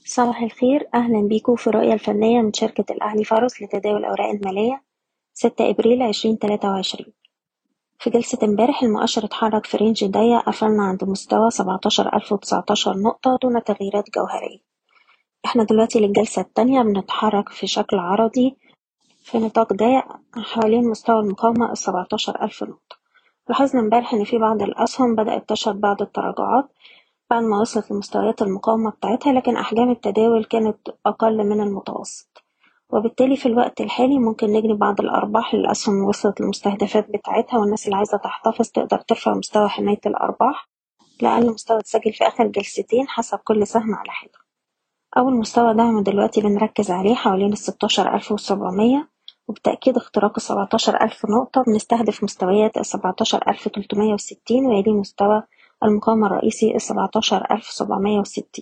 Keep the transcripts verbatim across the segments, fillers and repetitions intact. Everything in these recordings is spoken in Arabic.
صباح الخير، أهلا بيكم في الرؤية الفنية من شركة الأهلي فارس لتداول الأوراق المالية ستة أبريل عشرين تلاتة وعشرين. في جلسة امبارح المؤشر اتحرك في رينج ضيق، قفلنا عند مستوى سبعتاشر ألف وتسعتاشر نقطة دون تغييرات جوهرية. احنا دلوقتي للجلسة التانية بنتحرك في شكل عرضي في نطاق ضيق حوالين مستوى المقاومة السبعتاشر ألف نقطة. لاحظنا امبارح إن في بعض الأسهم بدأت تشهد بعض التراجعات بعد ما وصلت لمستويات المقاومة بتاعتها، لكن أحجام التداول كانت أقل من المتوسط، وبالتالي في الوقت الحالي ممكن نجني بعض الأرباح للأسهم اللي وصلت للمستهدفات بتاعتها، والناس اللي عايزة تحتفظ تقدر ترفع مستوى حماية الأرباح لأقل مستوى اتسجل في آخر جلستين حسب كل سهم على حدة. أول مستوى دعم دلوقتي بنركز عليه حوالين الستاشر ألف وسبعمية، وبتأكيد اختراق السبعتاشر ألف نقطة بنستهدف مستويات السبعتاشر ألف تلتمية وستين، ويلي مستوى المقاومة الرئيسي السبعتاشر ألف سبعمية وستين.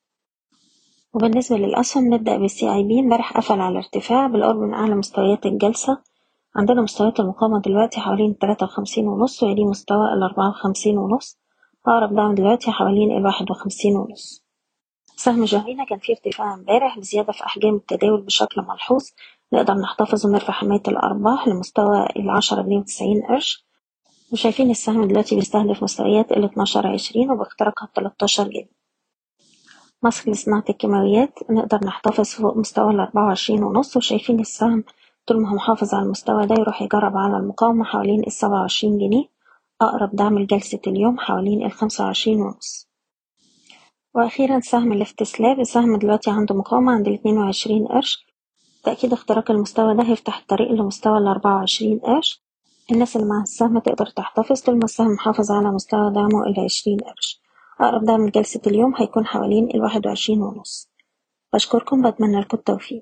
وبالنسبة للأسهم نبدأ بالسي اي بي. امبارح قفل على ارتفاع بالقرب من أعلى مستويات الجلسة. عندنا مستويات المقاومة دلوقتي حوالين تلاتة وخمسين ونص، ويلي مستوى الأربعة وخمسين ونص. أقرب دعم دلوقتي حوالين الواحد وخمسين ونص. سهم جهينة كان فيه ارتفاع امبارح بزيادة في أحجام التداول بشكل ملحوظ، نقدر نحتفظ ونرفع حماية الأرباح لمستوى العشرة جنيه وتسعين قرش، وشايفين السهم دلوقتي بيستهدف مستويات الاتناشر عشرين وباختراقها التلاتاشر جنيه. مصر لصناعة الكيماويات نقدر نحتفظ فوق مستوى الأربعة وعشرين ونص، وشايفين السهم طول ما هو محافظ على المستوى ده يروح يجرب على المقاومة حوالين السبعة وعشرين جنيه. أقرب دعم لجلسة اليوم حوالين الخمسة وعشرين ونص. وأخيرا سهم الافتسلاب، السهم دلوقتي عنده مقاومة عند الاتنين وعشرين قرش، تأكيد اختراق المستوى ده هيفتح الطريق لمستوى الأربعة وعشرين قرش. الناس اللي معاها السهم تقدر تحتفظ طول ما السهم محافظ على مستوى دعمه العشرين قرش. أقرب دعم لجلسة اليوم هيكون حوالين الواحد وعشرين ونص. بشكركم، بتمنى لكم التوفيق.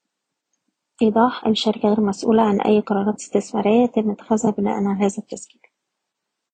إيضاح: الشركة غير مسؤولة عن أي قرارات استثمارية يتم اتخاذها بناء على هذا التسجيل.